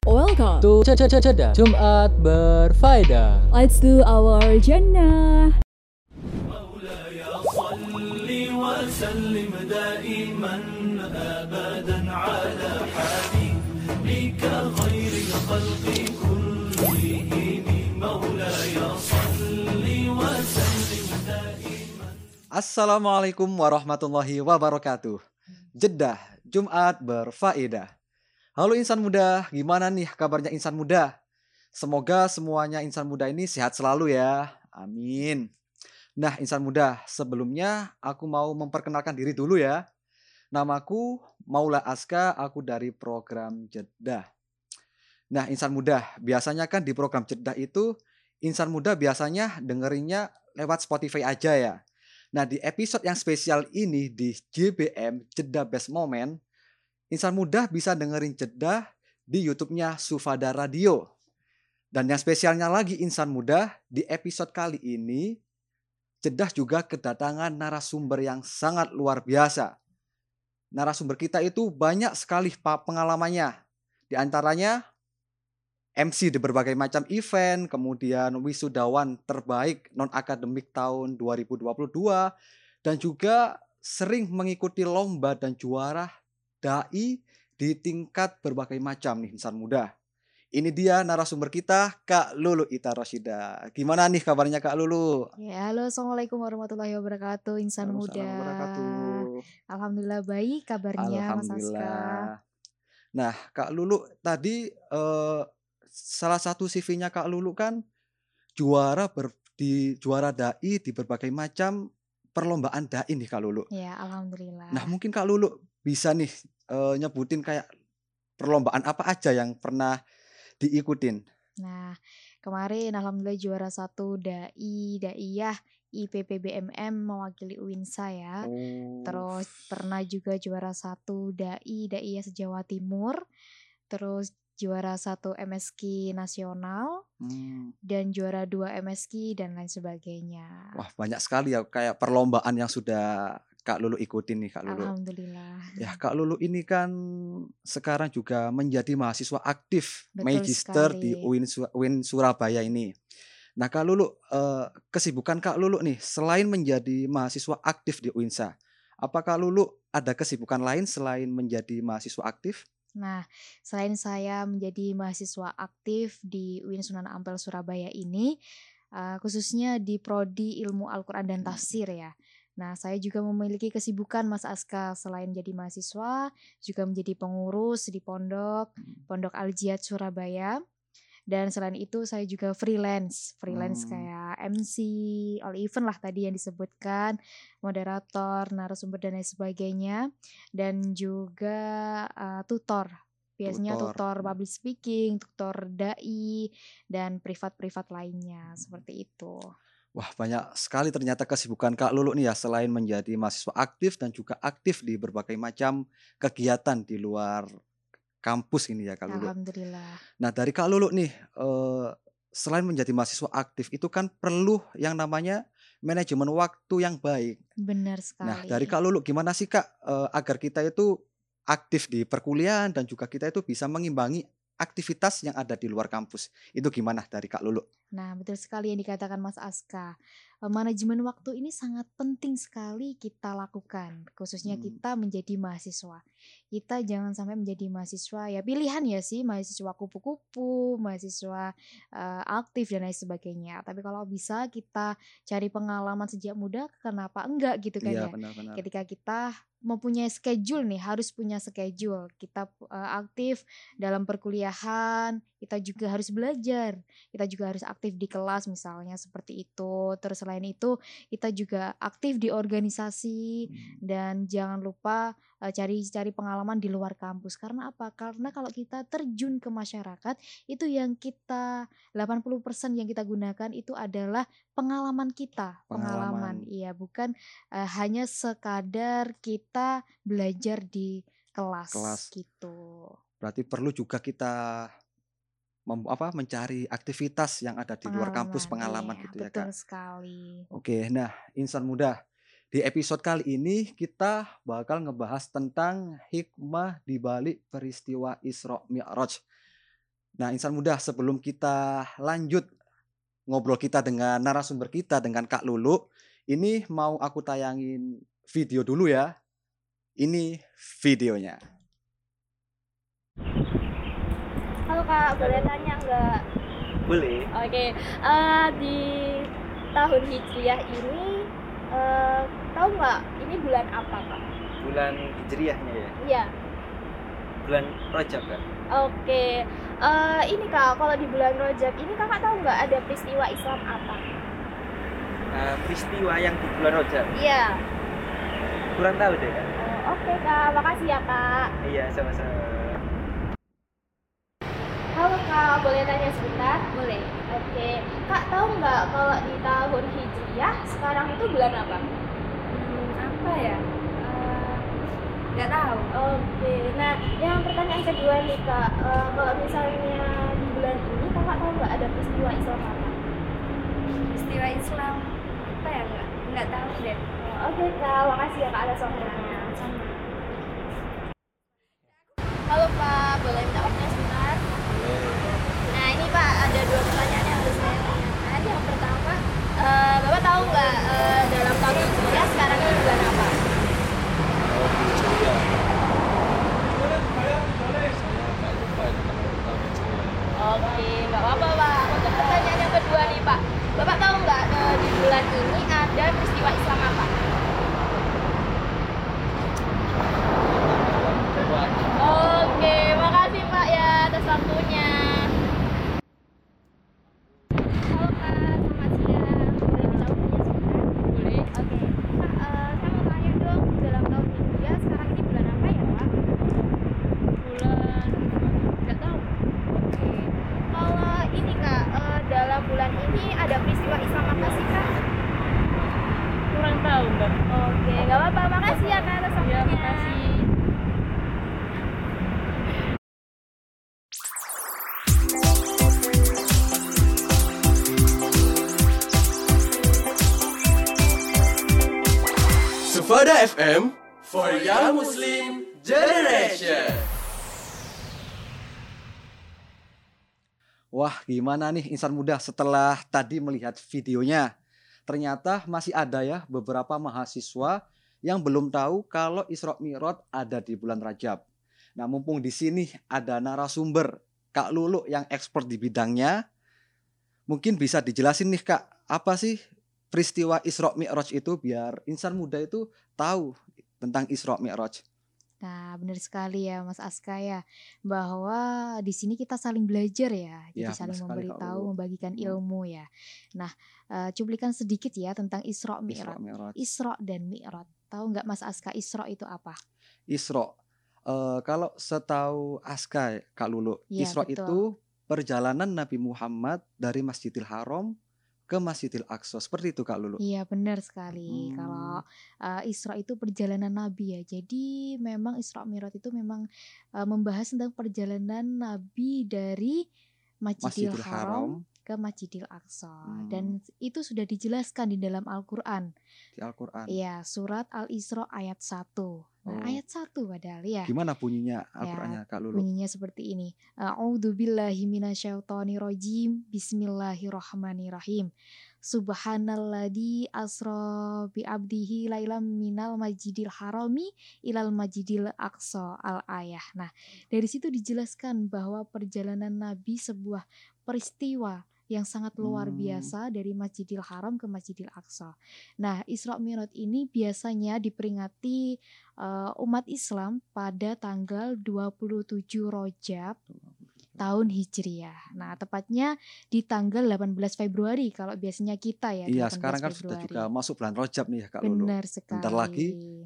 Welcome to Cedah Jumat Berfaedah. Let's do our Jannah. مولاي صل وسلم دائما أبدا على حبيبك خير الخلق كلهم مولاي صل وسلم دائما. Assalamualaikum warahmatullahi wabarakatuh. Jeddah Jumat Berfaedah. Halo insan muda, gimana nih kabarnya insan muda? Semoga semuanya insan muda ini sehat selalu ya. Amin. Nah insan muda, sebelumnya aku mau memperkenalkan diri dulu ya. Namaku Maula Aska, aku dari program Jeddah. Nah insan muda, biasanya kan di program Jeddah itu insan muda biasanya dengerinnya lewat Spotify aja ya. Nah di episode yang spesial ini di JBM Jeddah Best Moment, insan muda bisa dengerin Jeddah di YouTube-nya Sufada Radio. Dan yang spesialnya lagi insan muda, di episode kali ini Jeddah juga kedatangan narasumber yang sangat luar biasa. Narasumber kita itu banyak sekali pengalamannya. Di antaranya MC di berbagai macam event, kemudian wisudawan terbaik non-akademik tahun 2022, dan juga sering mengikuti lomba dan juara dai di tingkat berbagai macam nih insan muda. Ini dia narasumber kita, Kak Lulu Ita Rosyida. Gimana nih kabarnya Kak Lulu? Ya, halo, assalamualaikum warahmatullahi wabarakatuh, insan Waalaikumsalam muda. wabarakatuh. Alhamdulillah baik kabarnya, Mas Aska. Alhamdulillah. Nah, Kak Lulu tadi salah satu CV-nya Kak Lulu kan juara dai di berbagai macam perlombaan dai nih Kak Lulu. Ya, alhamdulillah. Nah, mungkin Kak Lulu bisa nih nyebutin kayak perlombaan apa aja yang pernah diikutin. Nah, kemarin alhamdulillah juara 1 daiyah IPPBMM mewakili UINSA ya. Terus pernah juga juara 1 daiyah se-Jawa Timur. Terus juara 1 MSQ nasional dan juara 2 MSQ dan lain sebagainya. Wah, banyak sekali ya kayak perlombaan yang sudah Kak Lulu ikutin nih Kak Lulu. Alhamdulillah. Ya, Kak Lulu ini kan sekarang juga menjadi mahasiswa aktif Betul Magister sekali. di UIN Surabaya ini. Nah, Kak Lulu, kesibukan Kak Lulu nih selain menjadi mahasiswa aktif di UINSA, apakah Lulu ada kesibukan lain selain menjadi mahasiswa aktif? Nah, selain saya menjadi mahasiswa aktif di UIN Sunan Ampel Surabaya ini, khususnya di Prodi Ilmu Al-Quran dan Tafsir ya. Nah, saya juga memiliki kesibukan Mas Aska, selain jadi mahasiswa, juga menjadi pengurus di Pondok Al-Jihad Surabaya. Dan selain itu saya juga freelance kayak MC, all event lah tadi yang disebutkan, moderator, narasumber dan lain sebagainya. Dan juga tutor, biasanya tutor public speaking, tutor dai, dan privat lainnya, seperti itu. Wah, banyak sekali ternyata kesibukan Kak Lulu nih ya, selain menjadi mahasiswa aktif dan juga aktif di berbagai macam kegiatan di luar kampus ini ya Kak Lulu. Alhamdulillah. Nah, dari Kak Lulu nih, selain menjadi mahasiswa aktif itu kan perlu yang namanya manajemen waktu yang baik. Benar sekali. Nah, dari Kak Lulu gimana sih Kak agar kita itu aktif di perkuliahan dan juga kita itu bisa mengimbangi aktivitas yang ada di luar kampus. Itu gimana dari Kak Lulu? Nah, betul sekali yang dikatakan Mas Aska. Manajemen waktu ini sangat penting sekali kita lakukan, khususnya kita menjadi mahasiswa. Kita jangan sampai menjadi mahasiswa ya pilihan ya sih, mahasiswa kupu-kupu, mahasiswa aktif dan lain sebagainya. Tapi kalau bisa kita cari pengalaman sejak muda, kenapa enggak gitu kan Iya, ya? benar-benar. Ketika kita mempunyai schedule nih, harus punya schedule. Kita aktif dalam perkuliahan, kita juga harus belajar. Kita juga harus aktif di kelas misalnya seperti itu. Terus selain itu kita juga aktif di organisasi dan jangan lupa cari pengalaman di luar kampus. Karena apa? Karena kalau kita terjun ke masyarakat, itu yang kita 80% yang kita gunakan itu adalah pengalaman kita. Pengalaman. Iya, bukan hanya sekadar kita belajar di kelas. Gitu. Berarti perlu juga kita mencari aktivitas yang ada di luar kampus, pengalaman iya, gitu ya betul Kak. sekali. Oke, nah insan muda, di episode kali ini kita bakal ngebahas tentang hikmah di balik peristiwa Isra Mi'raj. Nah, insan muda, sebelum kita lanjut ngobrol kita dengan narasumber kita, dengan Kak Lulu, ini mau aku tayangin video dulu ya. Ini videonya. Halo Kak, boleh tanya nggak? Boleh. Oke, di tahun Hijriah ini tahu nggak ini bulan apa Kak? Bulan Hijriahnya ya. Iya. Bulan Rajab kan? Oke, ini Kak, kalau di bulan Rajab ini Kakak tahu nggak ada peristiwa Islam apa? Peristiwa yang di bulan Rajab. Iya. Kurang tahu deh kan. Oke Kak, makasih ya Kak. Iya, sama-sama. Halo Kak, boleh tanya sebentar? Boleh. Oke, Kak tahu nggak kalau di tahun Hijriah sekarang itu bulan apa? Apa ya? Nggak tahu. Oke, nah yang pertanyaan kedua nih Kak, kalau misalnya di bulan ini Kakak tahu nggak ada peristiwa Islam apa? Peristiwa Islam apa ya? Nggak tahu deh. Oke Kak, makasih ya Kak atas waktunya. Sama. Halo Pak, boleh minta waktunya sebentar? Nah ini Pak, ada 2 pertanyaan yang harus saya tanyakan. Yang pertama, Bapak tahu nggak dalam tahun Hijriah sekarang ini bulan apa? Oke, nggak apa-apa Pak. Untuk pertanyaan yang kedua nih Pak, Bapak tahu nggak di bulan ini ada peristiwa Islam apa? Oke, makasih Pak ya atas waktunya. Halo Kak, selamat siang. Boleh minta waktunya sebentar? Boleh. Oke, Kak, saya mau tanya dong, dalam tahun Hijriah sekarang ini bulan apa ya Pak? Bulan nggak tahu. Oke, kalau ini Kak, dalam bulan ini ada peristiwa Islam apa sih Kak? Kurang tahu Mbak. Oke, nggak apa-apa. Makasih ya Kak atas waktunya. Makasih. Sufada FM for Young Muslim Generation. Wah, gimana nih insan muda setelah tadi melihat videonya? Ternyata masih ada ya beberapa mahasiswa yang belum tahu kalau Isra Mi'raj ada di bulan Rajab. Nah, mumpung di sini ada narasumber Kak Lulu yang expert di bidangnya, mungkin bisa dijelasin nih Kak, apa sih peristiwa Isra Mi'raj itu biar insan muda itu tahu tentang Isra Mi'raj. Nah, benar sekali ya Mas Aska ya, bahwa di sini kita saling belajar ya, jadi Ya, saling benar sekali, Kak memberitahu, Lulu. membagikan ilmu ya. Nah, cuplikan sedikit ya tentang Isra Isra Mi'raj. Mi'raj. Isra dan Mi'raj. Tahu nggak Mas Aska Isra itu apa? Isra. Kalau setahu Aska, Kak Lulu, Iya, Isra betul. itu perjalanan Nabi Muhammad dari Masjidil Haram ke Masjidil Aqsa. Seperti itu Kak Lulu. Iya benar sekali. Hmm. Kalau Isra itu perjalanan Nabi ya. Jadi memang Isra Mi'raj itu memang membahas tentang perjalanan Nabi dari Masjidil Masjidil Haram Haram ke Masjidil Aqsa. Dan itu sudah dijelaskan di dalam Al-Qur'an. di Al-Qur'an. Iya, surat Al-Isra ayat 1. Nah, Oh. ayat 1 padahal ya. Gimana bunyinya Al-Qur'annya Kak Lulu? Bunyinya seperti ini. A'udzubillahi minasyaitonirrajim. Bismillahirrahmanirrahim. Subhanalladzi asra bi abdihi lailam minal majidil harami ilal majidil aqsa al-ayah. Nah, dari situ dijelaskan bahwa perjalanan Nabi sebuah peristiwa yang sangat luar biasa dari Masjidil Haram ke Masjidil Aqsa. Nah, Isra Mi'raj ini biasanya diperingati umat Islam pada tanggal 27 Rajab tahun Hijriah. Nah, tepatnya di tanggal 18 Februari kalau biasanya kita ya. Iya, 18 sekarang kan sudah Februari. juga masuk bulan Rajab nih ya Kak Lulu. Benar sekali. Bentar lagi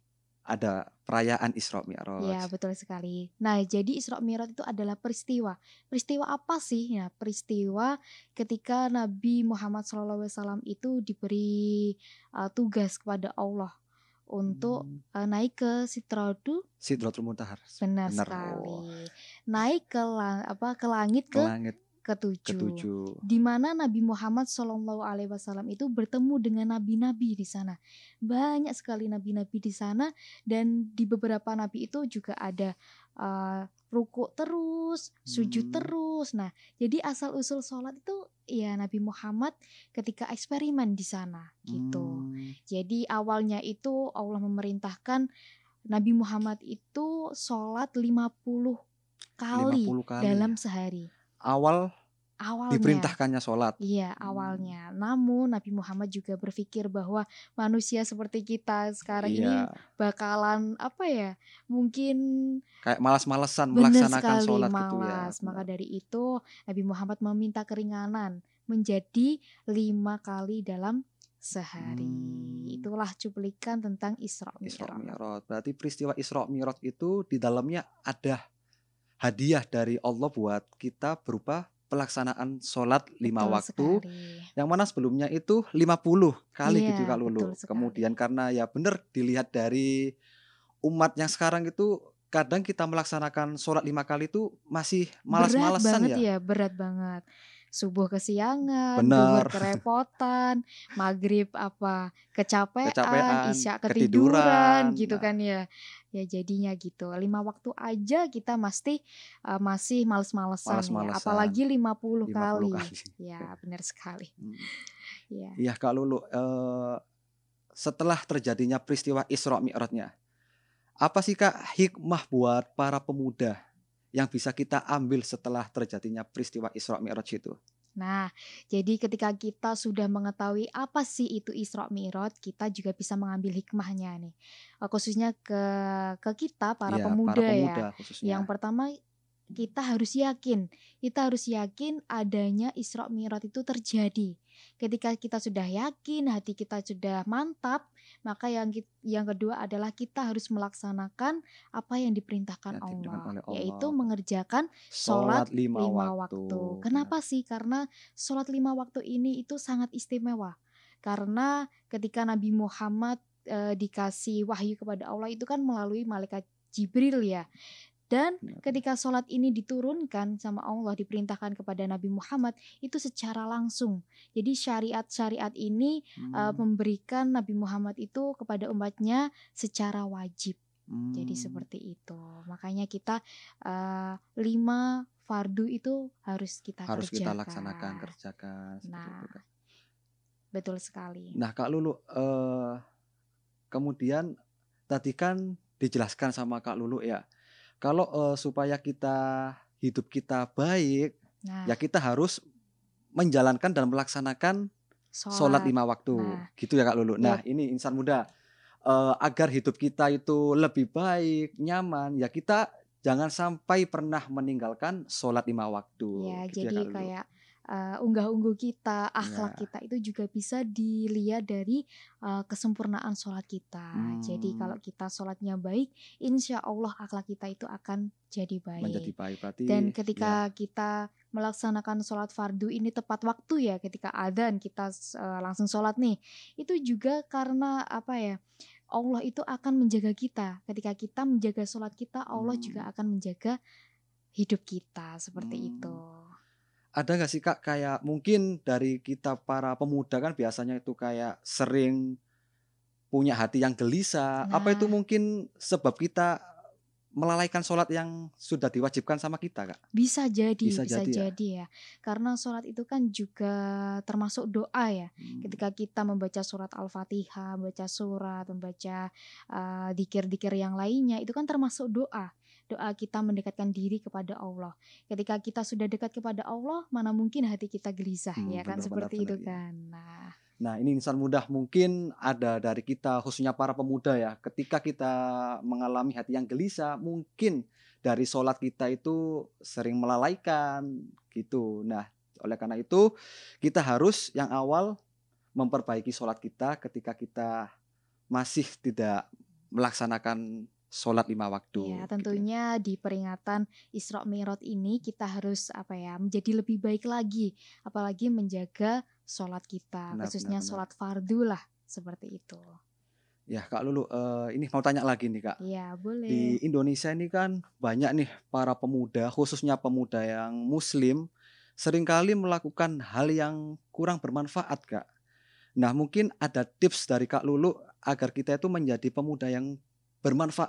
ada perayaan Isra Mi'raj. Ya, betul sekali. Nah, jadi Isra Mi'raj itu adalah peristiwa. Peristiwa apa sih? Ya, peristiwa ketika Nabi Muhammad SAW itu diberi tugas kepada Allah untuk naik ke Sidratul Muntaha. Benar Benar. sekali. Oh. Naik ke langit Ke langit ketujuh. Di mana Nabi Muhammad SAW itu bertemu dengan nabi-nabi di sana. Banyak sekali nabi-nabi di sana, dan di beberapa nabi itu juga ada rukuk terus, sujud Hmm. terus. Nah, jadi asal usul sholat itu ya Nabi Muhammad ketika eksperimen di sana gitu. Hmm. Jadi awalnya itu Allah memerintahkan Nabi Muhammad itu sholat 50 kali 50 kali dalam ya. sehari. Awal Awalnya. diperintahkannya sholat. Iya, awalnya. Namun Nabi Muhammad juga berpikir bahwa manusia seperti kita sekarang ini Iya, bakalan apa ya? Mungkin kayak malas-malesan benar melaksanakan sekali sholat gitu ya. malas. Maka Benar. dari itu Nabi Muhammad meminta keringanan menjadi 5 kali dalam sehari. Hmm. Itulah cuplikan tentang Isra Isra Mi'raj. Mi'raj. Berarti peristiwa Isra Mi'raj itu di dalamnya ada hadiah dari Allah buat kita berupa pelaksanaan sholat 5 Betul waktu. sekali. Yang mana sebelumnya itu 50 kali gitu Iya, Kak Lulu. betul sekali. Kemudian karena ya benar dilihat dari umat yang sekarang itu kadang kita melaksanakan sholat 5 kali itu masih Berat malas-malesan banget ya. ya, berat banget. Subuh kesiangan, duhur Benar. kerepotan, maghrib kecapean, Kecapean, isya ketiduran. ketiduran gitu Nah, kan ya. Ya jadinya gitu. 5 waktu aja kita masih males-malesan ya. malas-malesan Apalagi 50 50 kali. kali. Ya, benar sekali. Hmm. Ya. Iya Kak Lulu, setelah terjadinya peristiwa Isra Mi'rajnya, apa sih Kak hikmah buat para pemuda yang bisa kita ambil setelah terjadinya peristiwa Isra Mi'raj itu? Nah, jadi ketika kita sudah mengetahui apa sih itu Isra Mi'raj, kita juga bisa mengambil hikmahnya nih. Khususnya ke kita para Iya, para pemuda ya. pemuda Yang khususnya. pertama kita harus yakin adanya Isra Mi'raj itu terjadi. Ketika kita sudah yakin, hati kita sudah mantap, maka yang kedua adalah kita harus melaksanakan apa yang diperintahkan Yang diperintahkan Allah, oleh yaitu Allah. mengerjakan Sholat sholat 5 5 waktu. waktu. Benar. Kenapa sih? Karena sholat 5 waktu ini itu sangat istimewa. Karena ketika Nabi Muhammad dikasih wahyu kepada Allah itu kan melalui malaikat Jibril ya. Dan Benar. ketika sholat ini diturunkan sama Allah, diperintahkan kepada Nabi Muhammad itu secara langsung. Jadi syariat-syariat ini memberikan Nabi Muhammad itu kepada umatnya secara wajib. Jadi seperti itu. Makanya kita 5 fardu itu harus kita Harus kita kerjakan. laksanakan, kerjakan. Seperti Nah, itu Kak. betul sekali. Nah Kak Lulu, kemudian tadi kan dijelaskan sama Kak Lulu ya, kalau supaya hidup kita baik, Nah, ya kita harus menjalankan dan melaksanakan sholat sholat. 5 waktu. Nah, Gitu ya Kak Lulu. Nah ya ini insan muda, agar hidup kita itu lebih baik, nyaman, ya kita jangan sampai pernah meninggalkan sholat 5 waktu. ya Gitu ya jadi Kak Lulu. kayak unggah-ungguh kita, akhlak Ya. kita itu juga bisa dilihat dari kesempurnaan sholat kita. Jadi kalau kita sholatnya baik, insya Allah akhlak kita itu akan jadi Menjadi baik. baik berarti Dan ya. ketika kita melaksanakan sholat fardu ini tepat waktu ya, ketika adzan kita langsung sholat nih, itu juga karena apa ya? Allah itu akan menjaga kita. Ketika kita menjaga sholat kita, Allah juga akan menjaga hidup kita seperti itu. Ada nggak sih Kak kayak mungkin dari kita para pemuda kan biasanya itu kayak sering punya hati yang gelisah. Apa itu Nah, mungkin sebab kita melalaikan sholat yang sudah diwajibkan sama kita Kak? bisa Bisa jadi jadi ya. ya. Karena sholat itu kan juga termasuk doa ya. Ketika kita membaca surat Al-Fatihah, membaca surat, membaca dzikir-dzikir yang lainnya, itu kan termasuk doa. Doa kita mendekatkan diri kepada Allah. Ketika kita sudah dekat kepada Allah, mana mungkin hati kita gelisah, ya kan? Benar-benar Seperti itu ya. kan. Nah ini insan muda mungkin ada dari kita khususnya para pemuda ya. Ketika kita mengalami hati yang gelisah, mungkin dari sholat kita itu sering melalaikan gitu. Nah oleh karena itu kita harus yang awal memperbaiki sholat kita ketika kita masih tidak melaksanakan sholat 5 waktu. Ya, gitu ya. tentunya di peringatan Isra Mi'raj ini kita harus menjadi lebih baik lagi, apalagi menjaga sholat kita, Benar, khususnya benar. sholat fardu lah, seperti itu. Ya Kak Lulu, ini mau tanya lagi nih Kak. Iya, Di boleh. Indonesia ini kan banyak nih para pemuda, khususnya pemuda yang muslim, seringkali melakukan hal yang kurang bermanfaat Kak. Nah mungkin ada tips dari Kak Lulu agar kita itu menjadi pemuda yang bermanfaat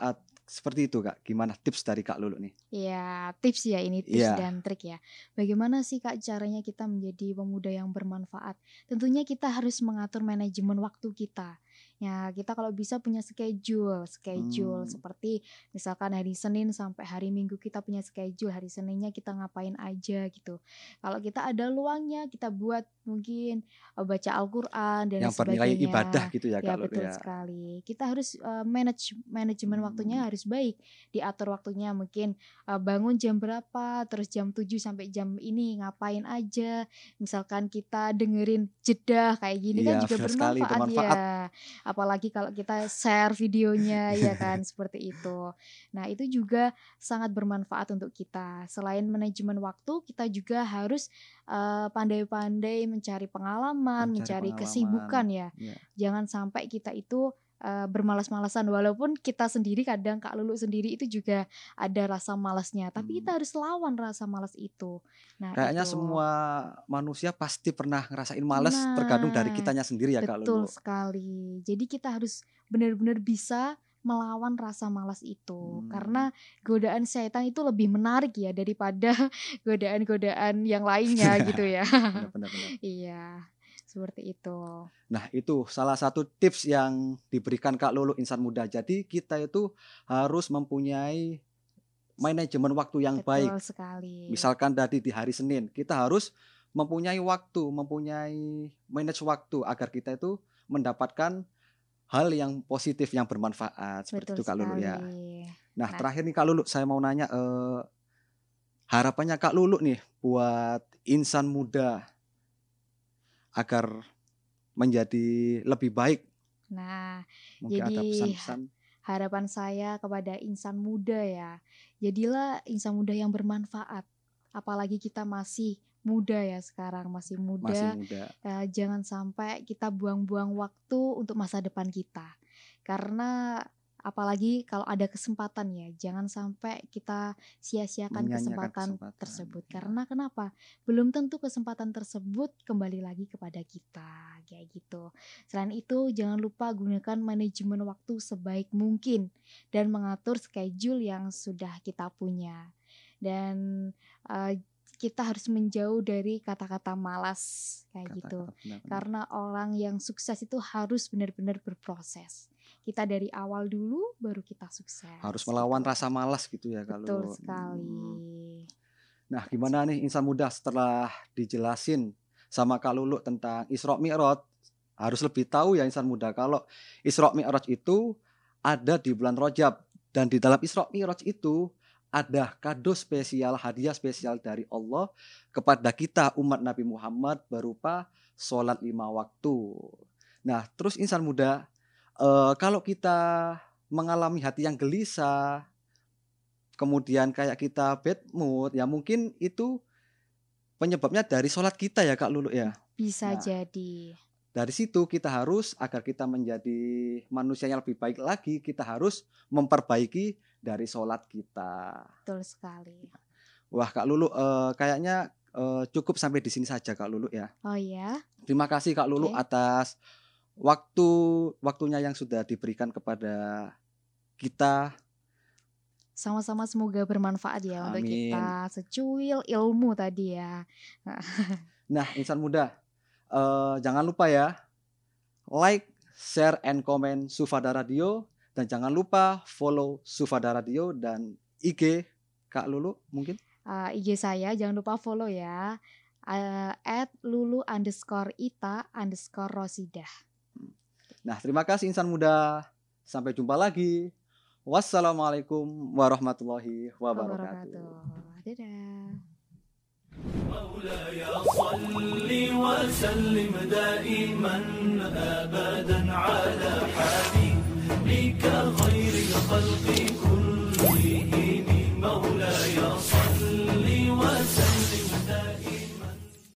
Seperti itu Kak. Gimana tips dari Kak Lulu nih? Ya, tips ya ini, tips Iya. dan trik ya. Bagaimana sih Kak caranya kita menjadi pemuda yang bermanfaat? Tentunya kita harus mengatur manajemen waktu kita. Ya, kita kalau bisa punya schedule seperti misalkan hari Senin sampai hari Minggu kita punya schedule, hari Seninnya kita ngapain aja gitu. Kalau kita ada luangnya kita buat mungkin baca Al-Qur'an dan Yang bernilai sebagainya. ibadah gitu ya Ya Kak Lulu betul ya. sekali. Kita harus manajemen waktunya harus baik. Diatur waktunya mungkin bangun jam berapa, terus jam 7 sampai jam ini ngapain aja. Misalkan kita dengerin jedah kayak gini kan Iya, juga benar sekali, bermanfaat bermanfaat. ya. Apalagi kalau kita share videonya ya kan seperti itu. Nah, itu juga sangat bermanfaat untuk kita. Selain manajemen waktu, kita juga harus pandai-pandai mencari pengalaman, mencari kesibukan ya. Iya. Jangan sampai kita itu bermalas-malasan, walaupun kita sendiri kadang Kak Lulu sendiri itu juga ada rasa malasnya, tapi kita harus lawan rasa malas itu. Nah, Kayaknya itu. semua manusia pasti pernah ngerasain malas, tergantung dari kitanya sendiri ya Kak Betul Lulu. sekali. Jadi kita harus benar-benar bisa melawan rasa malas itu, karena godaan setan itu lebih menarik ya daripada godaan-godaan yang lainnya gitu ya. Benar. Iya, seperti itu. Nah, itu salah satu tips yang diberikan Kak Lulu insan muda. Jadi kita itu harus mempunyai manajemen waktu yang baik. Betul sekali. Misalkan tadi di hari Senin, kita harus mempunyai manage waktu agar kita itu mendapatkan hal yang positif yang bermanfaat. Seperti Betul itu Kak Lulu ya. sekali. Nah, terakhir nih Kak Lulu, saya mau nanya harapannya Kak Lulu nih buat insan muda agar menjadi lebih baik. Nah, Mungkin ada jadi pesan-pesan. harapan saya kepada insan muda ya, jadilah insan muda yang bermanfaat. Apalagi kita masih muda ya sekarang, masih muda. Jangan sampai kita buang-buang waktu untuk masa depan kita. Karena apalagi kalau ada kesempatan ya, jangan sampai kita sia-siakan kesempatan tersebut. Karena kenapa? Belum tentu kesempatan tersebut kembali lagi kepada kita, kayak gitu. Selain itu, jangan lupa gunakan manajemen waktu sebaik mungkin dan mengatur schedule yang sudah kita punya. Dan kita harus menjauh dari kata-kata malas kayak gitu. Karena orang yang sukses itu harus benar-benar berproses. Kita dari awal dulu baru kita sukses. Harus melawan rasa malas gitu ya kalau. Betul sekali. Nah, gimana nih insan muda setelah dijelasin sama Kak Lulu tentang Isra Mi'raj? Harus lebih tahu ya insan muda kalau Isra Mi'raj itu ada di bulan Rajab, dan di dalam Isra Mi'raj itu ada kado spesial, hadiah spesial dari Allah kepada kita umat Nabi Muhammad berupa sholat 5 waktu. Nah, terus insan muda, kalau kita mengalami hati yang gelisah, kemudian kayak kita bad mood, ya mungkin itu penyebabnya dari sholat kita ya Kak Lulu ya. Bisa jadi. Dari situ kita harus, agar kita menjadi manusia yang lebih baik lagi, kita harus memperbaiki dari sholat kita. Betul sekali. Wah Kak Lulu, kayaknya cukup sampai di sini saja Kak Lulu ya. Oh ya. Terima kasih Kak Lulu atas waktunya yang sudah diberikan kepada kita. Sama-sama semoga bermanfaat ya. Amin. Untuk kita secuil ilmu tadi ya. Nah insan muda, jangan lupa ya, like, share, and comment Sufada Radio. Dan jangan lupa follow Sufada Radio dan IG Kak Lulu mungkin. IG saya jangan lupa follow ya. @lulu_ita_rosidah. Nah, terima kasih insan muda. Sampai jumpa lagi. Wassalamualaikum warahmatullahi wabarakatuh. Dadah. مولاي صل وسلم دائما أبدا على حبيبك خير الخلق كلهم